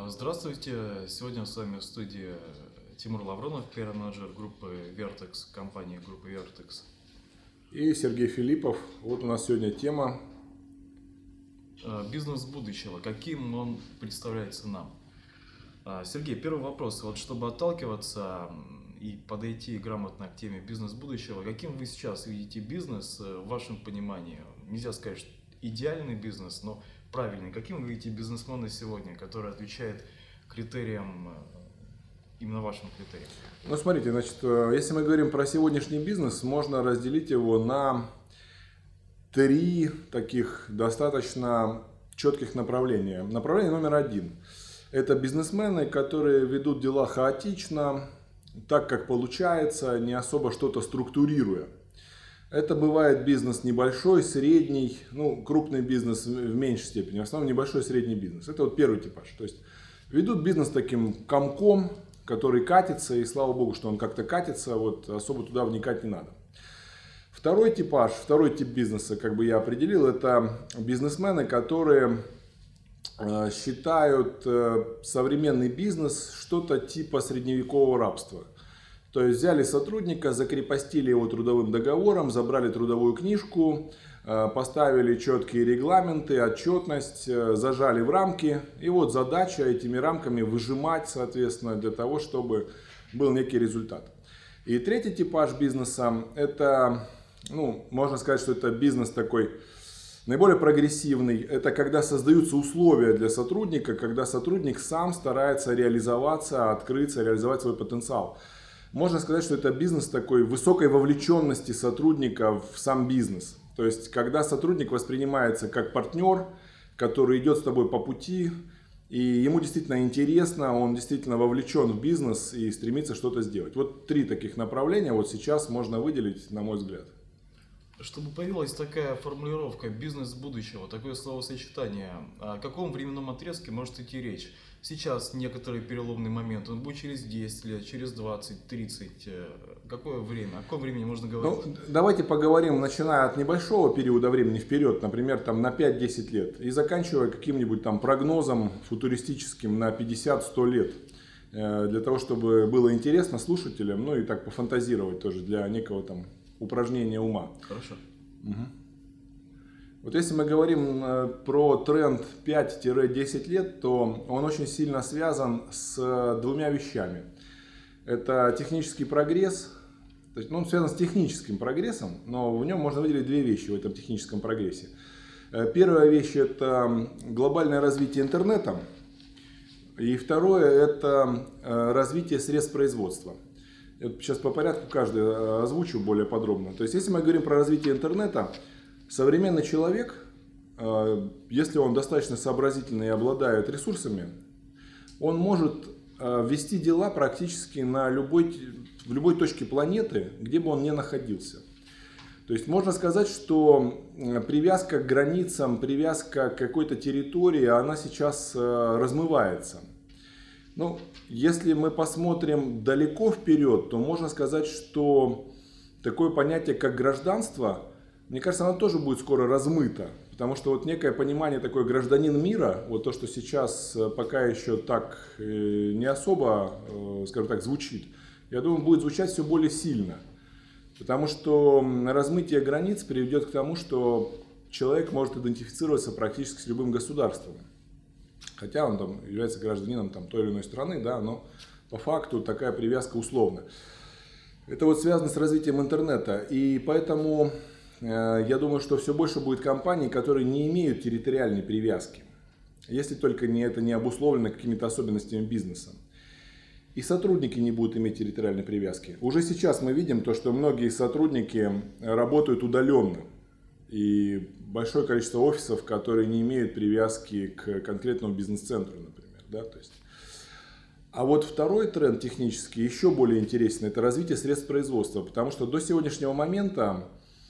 Здравствуйте, сегодня с вами в студии Тимур Лавронов, пиар-менеджер группы Vertex, компании группы Vertex. И Сергей Филиппов. Вот у нас сегодня тема. Бизнес будущего. Каким он представляется нам? Сергей, первый вопрос. Вот чтобы отталкиваться и подойти грамотно к теме бизнес будущего, каким вы сейчас видите бизнес в вашем понимании? Нельзя сказать, что идеальный бизнес, но правильный. Каким вы видите бизнесмена сегодня, который отвечает критериям, именно вашим критериям? Ну, смотрите, значит, если мы говорим про сегодняшний бизнес, можно разделить его на три таких достаточно четких направления. Направление номер один – это бизнесмены, которые ведут дела хаотично, так как получается, не особо что-то структурируя. Это бывает бизнес небольшой, средний, крупный бизнес в меньшей степени, в основном небольшой и средний бизнес. Это вот первый типаж. То есть ведут бизнес таким комком, который катится, и слава богу, что он как-то катится, вот особо туда вникать не надо. Второй типаж, второй тип бизнеса, как бы я определил, это бизнесмены, которые считают современный бизнес что-то типа средневекового рабства. То есть взяли сотрудника, закрепостили его трудовым договором, забрали трудовую книжку, поставили четкие регламенты, отчетность, зажали в рамки. И вот задача этими рамками выжимать, соответственно, для того, чтобы был некий результат. И третий типаж бизнеса, это, можно сказать, что это бизнес такой наиболее прогрессивный. Это когда создаются условия для сотрудника, когда сотрудник сам старается реализоваться, открыться, реализовать свой потенциал. Можно сказать, что это бизнес такой высокой вовлеченности сотрудника в сам бизнес. То есть, когда сотрудник воспринимается как партнер, который идет с тобой по пути, и ему действительно интересно, он действительно вовлечен в бизнес и стремится что-то сделать. Вот три таких направления вот сейчас можно выделить, на мой взгляд. Чтобы появилась такая формулировка «бизнес будущего», такое словосочетание, о каком временном отрезке может идти речь? Сейчас некоторый переломный момент, он будет через 10 лет, через 20, 30. Какое время? О каком времени можно говорить? Давайте поговорим, начиная от небольшого периода времени вперед, например, там, на 5-10 лет, и заканчивая каким-нибудь там прогнозом футуристическим на 50-100 лет. Для того, чтобы было интересно слушателям, и так пофантазировать тоже для некого там упражнения ума. Хорошо. Угу. Вот если мы говорим про тренд 5-10 лет, то он очень сильно связан с двумя вещами. Это технический прогресс, то есть, он связан с техническим прогрессом, но в нем можно выделить две вещи в этом техническом прогрессе. Первая вещь – это глобальное развитие интернета, и второе – это развитие средств производства. Я сейчас по порядку каждый озвучу более подробно. То есть, если мы говорим про развитие интернета, современный человек, если он достаточно сообразительный и обладает ресурсами, он может вести дела практически в любой точке планеты, где бы он ни находился. То есть можно сказать, что привязка к границам, привязка к какой-то территории, она сейчас размывается. Если мы посмотрим далеко вперед, то можно сказать, что такое понятие, как гражданство, мне кажется, оно тоже будет скоро размыто. Потому что вот некое понимание такой гражданин мира, вот то, что сейчас пока еще так не особо, скажем так, звучит, я думаю, будет звучать все более сильно. Потому что размытие границ приведет к тому, что человек может идентифицироваться практически с любым государством. Хотя он там является гражданином той или иной страны, да, но по факту такая привязка условна. Это вот связано с развитием интернета. И поэтому я думаю, что все больше будет компаний, которые не имеют территориальной привязки. Если только это не обусловлено какими-то особенностями бизнеса. И сотрудники не будут иметь территориальной привязки. Уже сейчас мы видим то, что многие сотрудники работают удаленно. И большое количество офисов, которые не имеют привязки к конкретному бизнес-центру, например. Да? А вот второй тренд технический еще более интересный – это развитие средств производства. Потому что до сегодняшнего момента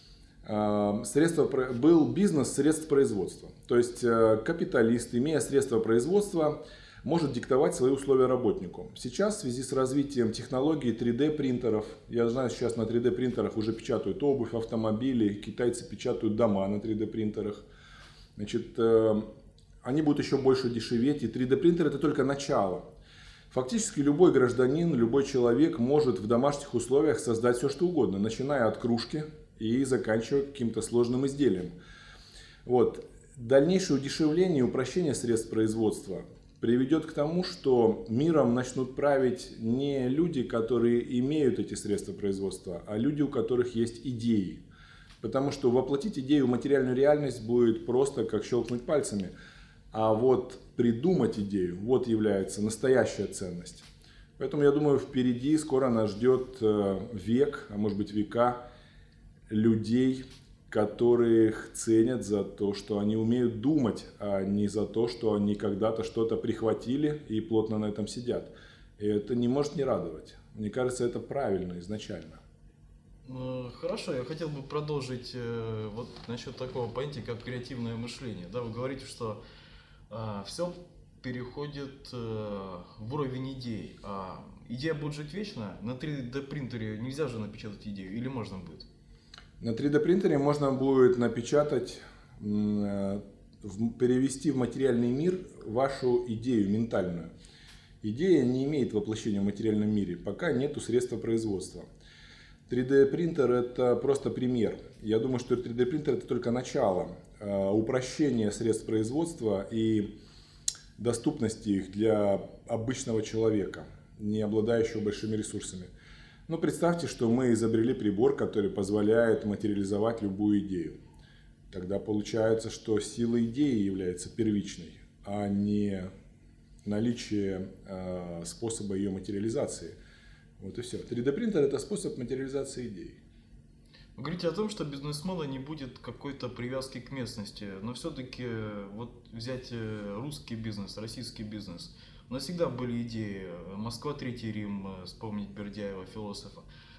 был бизнес средств производства. То есть капиталист, имея средства производства, может диктовать свои условия работнику. Сейчас в связи с развитием технологий 3D принтеров, я знаю, сейчас на 3D принтерах уже печатают обувь, автомобили, китайцы печатают дома на 3D принтерах. они будут еще больше дешеветь, и 3D-принтер это только начало. Фактически любой гражданин, любой человек может в домашних условиях создать все, что угодно, начиная от кружки и заканчивая каким-то сложным изделием. Вот. Дальнейшее удешевление и упрощение средств производства приведет к тому, что миром начнут править не люди, которые имеют эти средства производства, а люди, у которых есть идеи. Потому что воплотить идею в материальную реальность будет просто как щелкнуть пальцами. А вот придумать идею, вот является настоящая ценность. Поэтому я думаю, впереди скоро нас ждет век, а может быть века людей, которых ценят за то, что они умеют думать, а не за то, что они когда-то что-то прихватили и плотно на этом сидят. И это не может не радовать. Мне кажется, это правильно изначально. Хорошо, я хотел бы продолжить вот насчет такого понятия, как креативное мышление. Да, вы говорите, что все переходит в уровень идей. Идея будет жить вечно? На 3D принтере нельзя же напечатать идею или можно будет? На 3D принтере можно будет напечатать, перевести в материальный мир вашу идею ментальную. Идея не имеет воплощения в материальном мире, пока нету средства производства. 3D принтер это просто пример. Я думаю, что 3D принтер это только начало. Упрощение средств производства и доступности их для обычного человека, не обладающего большими ресурсами. Но представьте, что мы изобрели прибор, который позволяет материализовать любую идею. Тогда получается, что сила идеи является первичной, а не наличие способа ее материализации. Вот и все. 3D принтер это способ материализации идей. Вы говорите о том, что бизнесмена не будет какой-то привязки к местности, но все-таки вот взять русский бизнес, российский бизнес. У нас всегда были идеи. Москва, Третий Рим, вспомнить Бердяева, философа.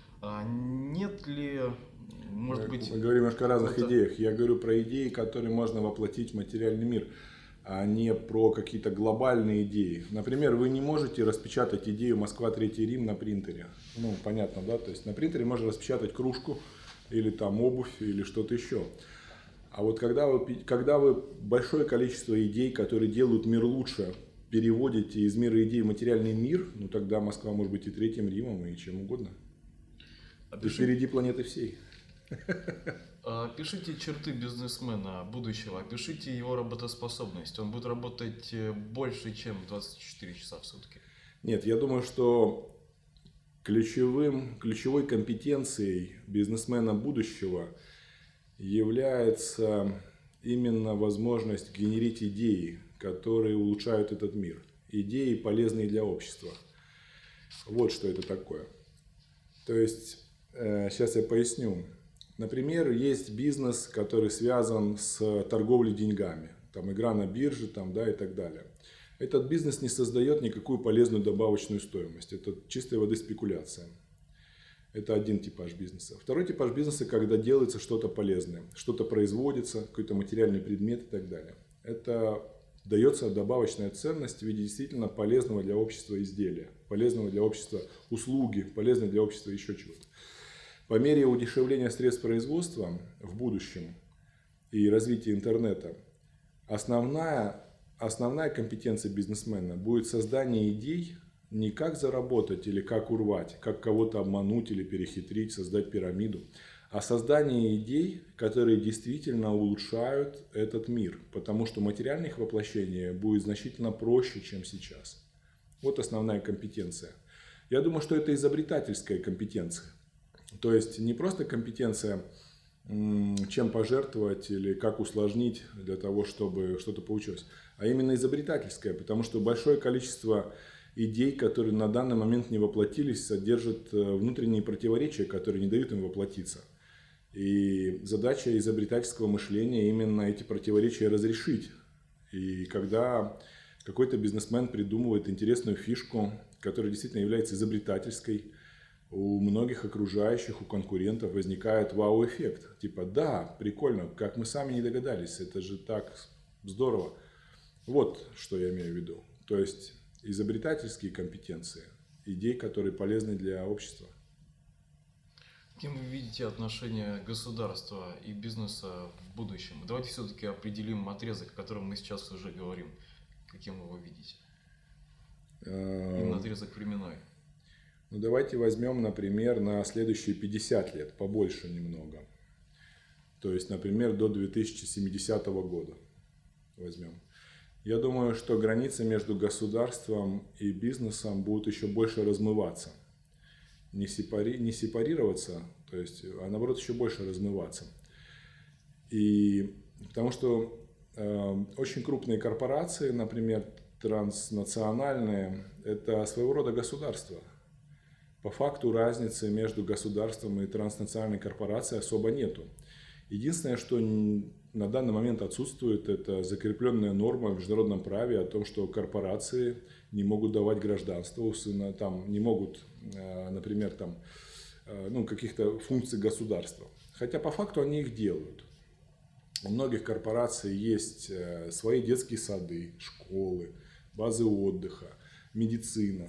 Нет ли, может быть... Мы говорим немножко о разных идеях. Я говорю про идеи, которые можно воплотить в материальный мир, а не про какие-то глобальные идеи. Например, вы не можете распечатать идею Москва, Третий Рим на принтере. Ну, понятно, да? То есть на принтере можно распечатать кружку или там обувь или что-то еще. А вот когда вы большое количество идей, которые делают мир лучше, переводите из мира идей в материальный мир, ну тогда Москва может быть и Третьим Римом, и чем угодно. И впереди планеты всей. Опишите черты бизнесмена будущего, опишите его работоспособность. Он будет работать больше, чем 24 часа в сутки. Нет, я думаю, что ключевой компетенцией бизнесмена будущего является именно возможность генерить идеи, которые улучшают этот мир. Идеи, полезные для общества. Вот что это такое. То есть, сейчас я поясню. Например, есть бизнес, который связан с торговлей деньгами. Там игра на бирже и так далее. Этот бизнес не создает никакую полезную добавочную стоимость. Это чистой воды спекуляция. Это один типаж бизнеса. Второй типаж бизнеса, когда делается что-то полезное. Что-то производится, какой-то материальный предмет и так далее. Это дается добавочная ценность в виде действительно полезного для общества изделия, полезного для общества услуги, полезного для общества еще чего-то. По мере удешевления средств производства в будущем и развития интернета, основная компетенция бизнесмена будет создание идей не как заработать или как урвать, как кого-то обмануть или перехитрить, создать пирамиду, а создание идей, которые действительно улучшают этот мир, потому что материальное их воплощение будет значительно проще, чем сейчас. Вот основная компетенция. Я думаю, что это изобретательская компетенция. То есть не просто компетенция, чем пожертвовать или как усложнить для того, чтобы что-то получилось, а именно изобретательская, потому что большое количество идей, которые на данный момент не воплотились, содержат внутренние противоречия, которые не дают им воплотиться. И задача изобретательского мышления именно эти противоречия разрешить. И когда какой-то бизнесмен придумывает интересную фишку, которая действительно является изобретательской, у многих окружающих, у конкурентов возникает вау-эффект. Типа, да, прикольно, как мы сами не догадались, это же так здорово. Вот что я имею в виду. То есть изобретательские компетенции, идеи, которые полезны для общества. Каким вы видите отношения государства и бизнеса в будущем? Давайте все-таки определим отрезок, о котором мы сейчас уже говорим. Каким вы его видите? Именно отрезок временной. Ну, давайте возьмем, например, на следующие 50 лет, побольше немного. То есть, например, до 2070 года возьмем. Я думаю, что границы между государством и бизнесом будут еще больше размываться. Не сепарироваться, то есть, а наоборот еще больше размываться. И потому что очень крупные корпорации, например, транснациональные, это своего рода государства. По факту разницы между государством и транснациональной корпорацией особо нету. Единственное, что на данный момент отсутствует, это закрепленная норма в международном праве о том, что корпорации не могут давать гражданство, там, не могут, например, там, каких-то функций государства. Хотя по факту они их делают. У многих корпораций есть свои детские сады, школы, базы отдыха, медицина.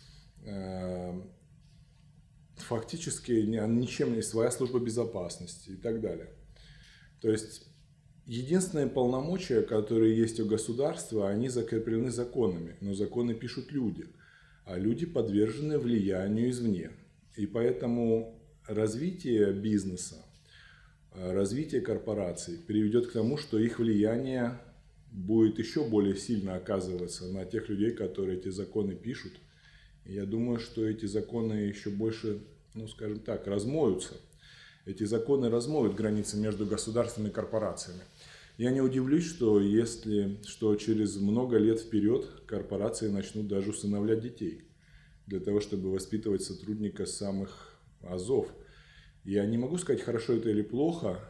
Фактически ничем не своя служба безопасности и так далее. То есть единственные полномочия, которые есть у государства, они закреплены законами, но законы пишут люди, а люди подвержены влиянию извне. И поэтому развитие бизнеса, развитие корпораций приведет к тому, что их влияние будет еще более сильно оказываться на тех людей, которые эти законы пишут. И я думаю, что эти законы еще больше, скажем так, размоются. Эти законы размоют границы между государствами и корпорациями. Я не удивлюсь, что через много лет вперед корпорации начнут даже усыновлять детей для того, чтобы воспитывать сотрудника с самых азов. Я не могу сказать, хорошо это или плохо.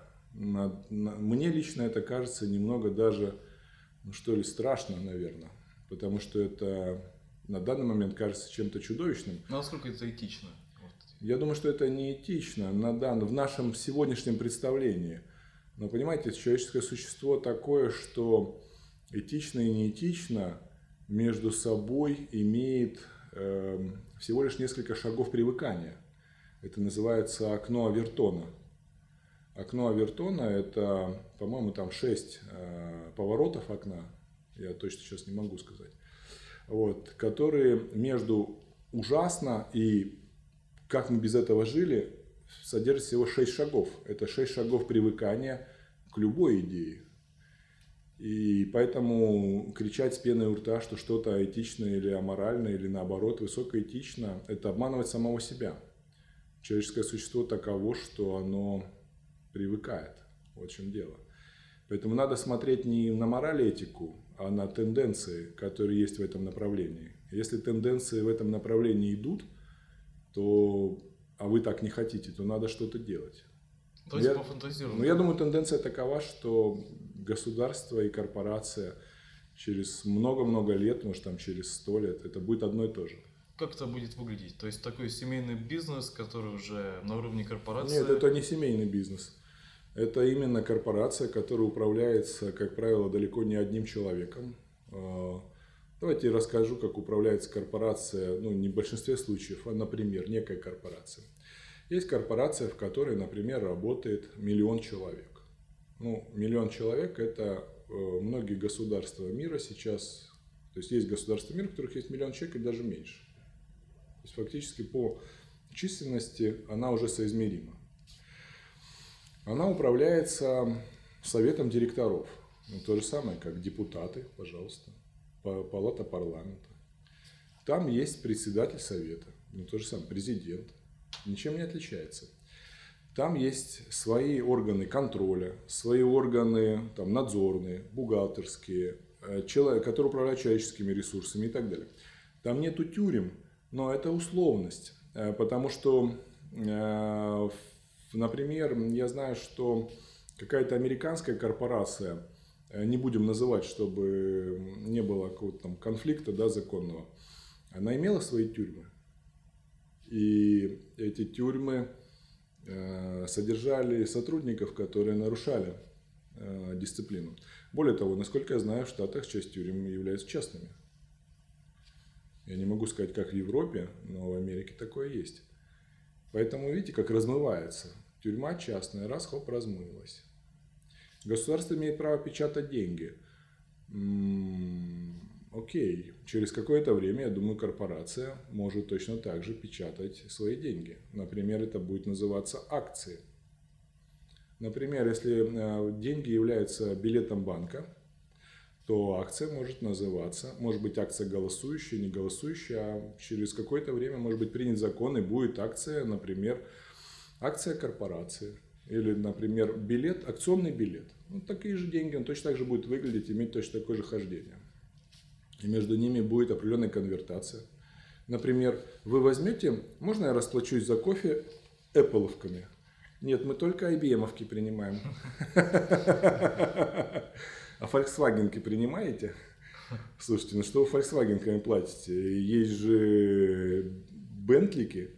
Мне лично это кажется немного даже, страшно, наверное. Потому что это на данный момент кажется чем-то чудовищным. Но насколько это этично? Я думаю, что это не этично в нашем сегодняшнем представлении. Но понимаете, человеческое существо такое, что этично и неэтично между собой имеет всего лишь несколько шагов привыкания. Это называется окно Авертона. Окно Авертона – это, по-моему, там 6 поворотов окна, я точно сейчас не могу сказать, которые между ужасно и как мы без этого жили, содержит всего 6 шагов. Это 6 шагов привыкания к любой идее. И поэтому кричать с пеной у рта, что что-то этично или аморально, или наоборот высокоэтично, это обманывать самого себя. Человеческое существо таково, что оно привыкает. Вот в чем дело. Поэтому надо смотреть не на мораль и этику, а на тенденции, которые есть в этом направлении. Если тенденции в этом направлении идут, а вы так не хотите, то надо что-то делать. То есть пофантазируем. Я думаю, тенденция такова, что государство и корпорация через много-много лет, может там через 100 лет, это будет одно и то же. Как это будет выглядеть? То есть такой семейный бизнес, который уже на уровне корпорации? Нет, это не семейный бизнес. Это именно корпорация, которая управляется, как правило, далеко не одним человеком. Давайте я расскажу, как управляется корпорация, не в большинстве случаев, а, например, некая корпорация. Есть корпорация, в которой, например, работает 1 миллион человек. 1 миллион человек – это многие государства мира сейчас, то есть государства мира, в которых есть 1 миллион человек и даже меньше. То есть фактически по численности она уже соизмерима. Она управляется советом директоров. То же самое, как депутаты, пожалуйста. Палата парламента. Там есть председатель совета, то же самое, президент, ничем не отличается. Там есть свои органы контроля, свои органы надзорные, бухгалтерские, которые управляют человеческими ресурсами и так далее. Там нету тюрем, но это условность, потому что, например, я знаю, что какая-то американская корпорация, не будем называть, чтобы не было какого-то конфликта законного, она имела свои тюрьмы. И эти тюрьмы содержали сотрудников, которые нарушали дисциплину. Более того, насколько я знаю, в Штатах часть тюрем являются частными. Я не могу сказать, как в Европе, но в Америке такое есть. Поэтому видите, как размывается. Тюрьма частная, раз, хоп, размылась. Государство имеет право печатать деньги. Окей, через какое-то время, я думаю, корпорация может точно так же печатать свои деньги. Например, это будет называться акции. Например, если деньги являются билетом банка, то акция может называться, может быть акция голосующая, не голосующая, а через какое-то время может быть принят закон и будет акция, например, акция корпорации. Или, например, билет, акционный билет. Ну, такие же деньги, он точно так же будет выглядеть, иметь точно такое же хождение. И между ними будет определенная конвертация. Например, вы возьмете, можно я расплачусь за кофе Apple-овками? Нет, мы только IBM-овки принимаем. А Volkswagen-ки принимаете? Слушайте, ну что вы Volkswagen-ками платите? Есть же Bentley-ки.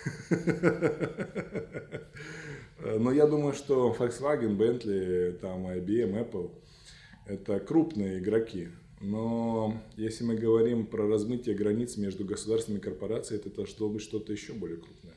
Но я думаю, что Volkswagen, Bentley, там IBM, Apple – это крупные игроки. Но если мы говорим про размытие границ между государствами и корпорациями, это должно быть что-то еще более крупное.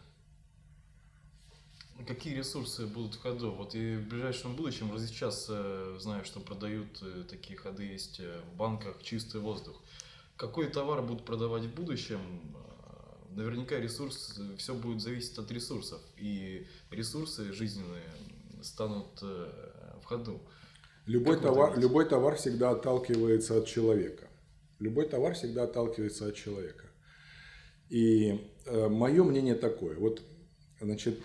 Какие ресурсы будут в ходу? Вот и в ближайшем будущем, уже сейчас знаю, что продают такие ходы есть в банках, чистый воздух. Какой товар будут продавать в будущем? Наверняка все будет зависеть от ресурсов. И ресурсы жизненные станут в ходу. Любой товар всегда отталкивается от человека. Любой товар всегда отталкивается от человека. И мое мнение такое. Вот, значит,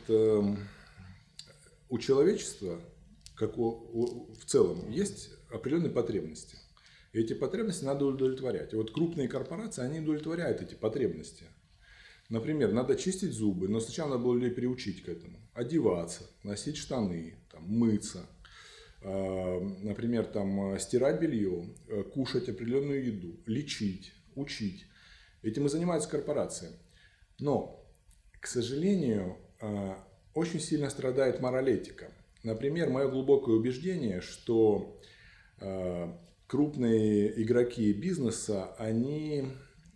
у человечества, как в целом, есть определенные потребности. И эти потребности надо удовлетворять. И вот крупные корпорации, они удовлетворяют эти потребности. Например, надо чистить зубы, но сначала надо было людей приучить к этому. Одеваться, носить штаны, там, мыться. Например, там, стирать белье, кушать определенную еду, лечить, учить. Этим и занимаются корпорации. Но, к сожалению, очень сильно страдает моралетика. Например, мое глубокое убеждение, что крупные игроки бизнеса, они,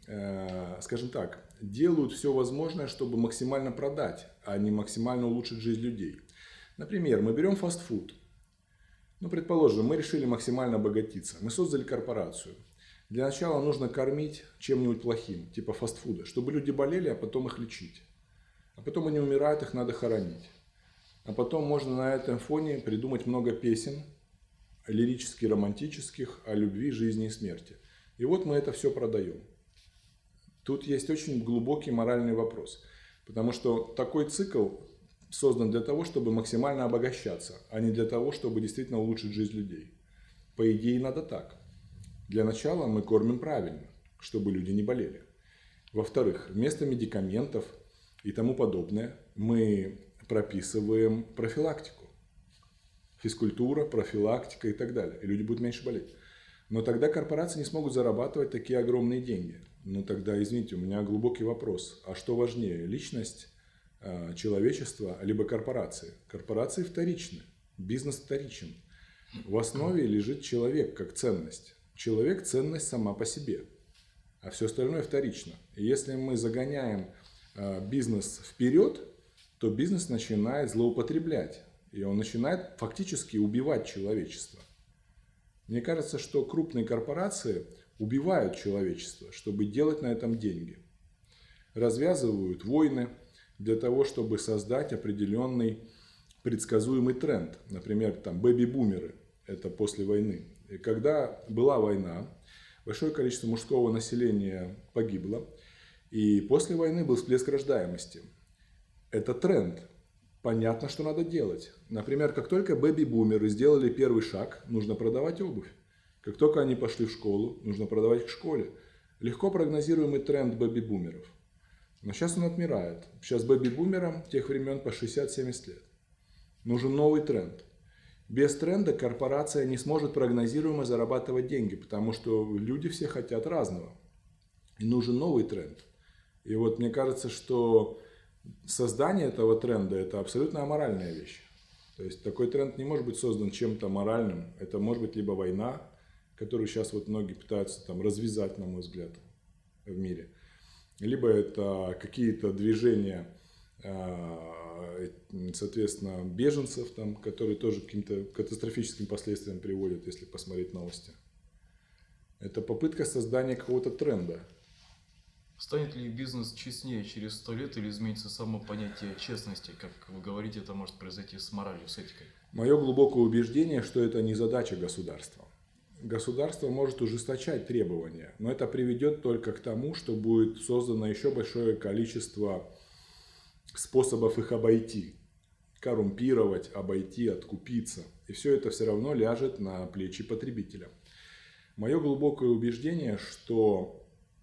скажем так, делают все возможное, чтобы максимально продать, а не максимально улучшить жизнь людей. Например, мы берем фастфуд. Ну, предположим, мы решили максимально обогатиться. Мы создали корпорацию. Для начала нужно кормить чем-нибудь плохим, типа фастфуда, чтобы люди болели, а потом их лечить. А потом они умирают, их надо хоронить. А потом можно на этом фоне придумать много песен, лирических, романтических, о любви, жизни и смерти. И вот мы это все продаем. Тут есть очень глубокий моральный вопрос. Потому что такой цикл создан для того, чтобы максимально обогащаться, а не для того, чтобы действительно улучшить жизнь людей. По идее, надо так. Для начала мы кормим правильно, чтобы люди не болели. Во-вторых, вместо медикаментов и тому подобное мы прописываем профилактику. Физкультура, профилактика и так далее. И люди будут меньше болеть. Но тогда корпорации не смогут зарабатывать такие огромные деньги. Ну тогда, извините, у меня глубокий вопрос. А что важнее, личность человечества, либо корпорации? Корпорации вторичны, бизнес вторичен. В основе лежит человек как ценность. Человек – ценность сама по себе, а все остальное вторично. И если мы загоняем бизнес вперед, то бизнес начинает злоупотреблять. И он начинает фактически убивать человечество. Мне кажется, что крупные корпорации убивают человечество, чтобы делать на этом деньги. Развязывают войны для того, чтобы создать определенный предсказуемый тренд. Например, там бэби-бумеры, это после войны. И когда была война, большое количество мужского населения погибло, и после войны был всплеск рождаемости. Это тренд. Понятно, что надо делать. Например, как только бэби-бумеры сделали первый шаг, нужно продавать обувь. Как только они пошли в школу, нужно продавать к школе. Легко прогнозируемый тренд бэби-бумеров. Но сейчас он отмирает. Сейчас бэби-бумерам тех времен по 60-70 лет. Нужен новый тренд. Без тренда корпорация не сможет прогнозируемо зарабатывать деньги, потому что люди все хотят разного. И нужен новый тренд. И вот мне кажется, что создание этого тренда – это абсолютно аморальная вещь. То есть такой тренд не может быть создан чем-то моральным. Это может быть либо война, которую сейчас вот многие пытаются там развязать, на мой взгляд, в мире. Либо это какие-то движения соответственно, беженцев, там, которые тоже к каким-то катастрофическим последствиям приводят, если посмотреть новости. Это попытка создания какого-то тренда. Станет ли бизнес честнее через 100 лет или изменится само понятие честности? Как вы говорите, это может произойти с моралью, с этикой. Мое глубокое убеждение, что это не задача государства. Государство может ужесточать требования, но это приведет только к тому, что будет создано еще большое количество способов их обойти. Коррумпировать, обойти, откупиться. И все это все равно ляжет на плечи потребителя. Мое глубокое убеждение, что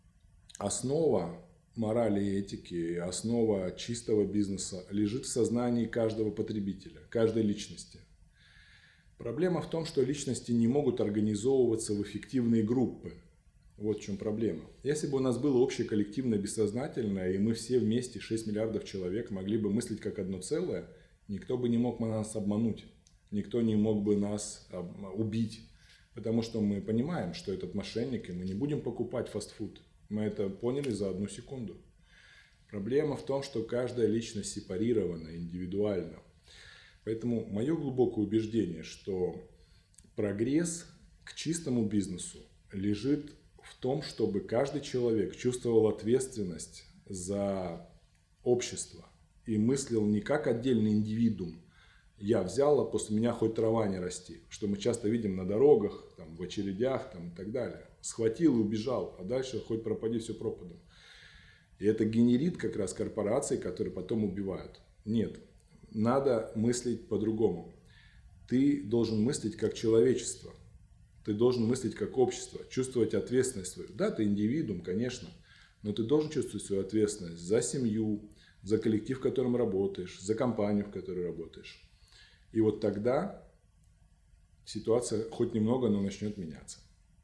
основа морали и этики, основа чистого бизнеса лежит в сознании каждого потребителя, каждой личности. Проблема в том, что личности не могут организовываться в эффективные группы. Вот в чем проблема. Если бы у нас было общее коллективное бессознательное, и мы все вместе, 6 миллиардов человек, могли бы мыслить как одно целое, никто бы не мог нас обмануть, никто не мог бы нас убить. Потому что мы понимаем, что этот мошенник, и мы не будем покупать фастфуд. Мы это поняли за 1 секунду. Проблема в том, что каждая личность сепарирована, индивидуальна. Поэтому мое глубокое убеждение, что прогресс к чистому бизнесу лежит в том, чтобы каждый человек чувствовал ответственность за общество и мыслил не как отдельный индивидуум. Я взял, а после меня хоть трава не расти, что мы часто видим на дорогах, там, в очередях там, и так далее. Схватил и убежал, а дальше хоть пропади, все пропадом. И это генерит как раз корпорации, которые потом убивают. Нет, надо мыслить по-другому. Ты должен мыслить как человечество, ты должен мыслить как общество, чувствовать ответственность свою. Да, ты индивидуум, конечно, но ты должен чувствовать свою ответственность за семью, за коллектив, в котором работаешь, за компанию, в которой работаешь. И вот тогда ситуация хоть немного, но начнет меняться.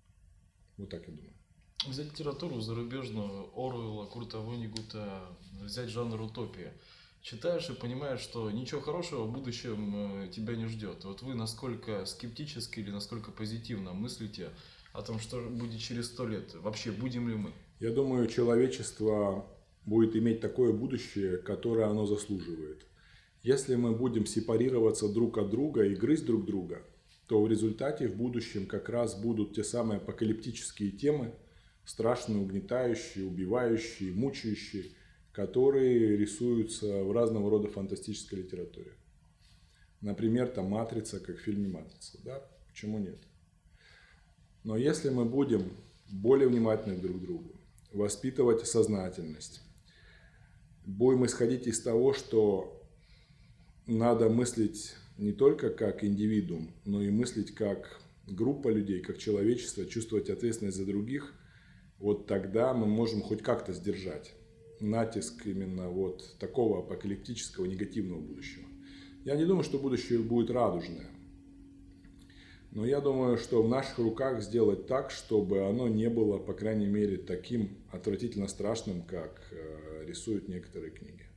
Вот так я думаю. Взять литературу зарубежную, Оруэлла, Курта Воннегута, взять жанр утопия. Читаешь и понимаешь, что ничего хорошего в будущем тебя не ждет. Вот вы насколько скептически или насколько позитивно мыслите о том, что будет через 100 лет? Вообще, будем ли мы? Я думаю, человечество будет иметь такое будущее, которое оно заслуживает. Если мы будем сепарироваться друг от друга и грызть друг друга, то в результате в будущем как раз будут те самые апокалиптические темы, страшные, угнетающие, убивающие, мучающие, которые рисуются в разного рода фантастической литературе. Например, там «Матрица», как в фильме «Матрица». Да? Почему нет? Но если мы будем более внимательны друг к другу, воспитывать сознательность, будем исходить из того, что надо мыслить не только как индивидуум, но и мыслить как группа людей, как человечество, чувствовать ответственность за других, вот тогда мы можем хоть как-то сдержать натиск именно вот такого апокалиптического негативного будущего. Я не думаю, что будущее будет радужное, но я думаю, что в наших руках сделать так, чтобы оно не было, по крайней мере, таким отвратительно страшным, как рисуют некоторые книги.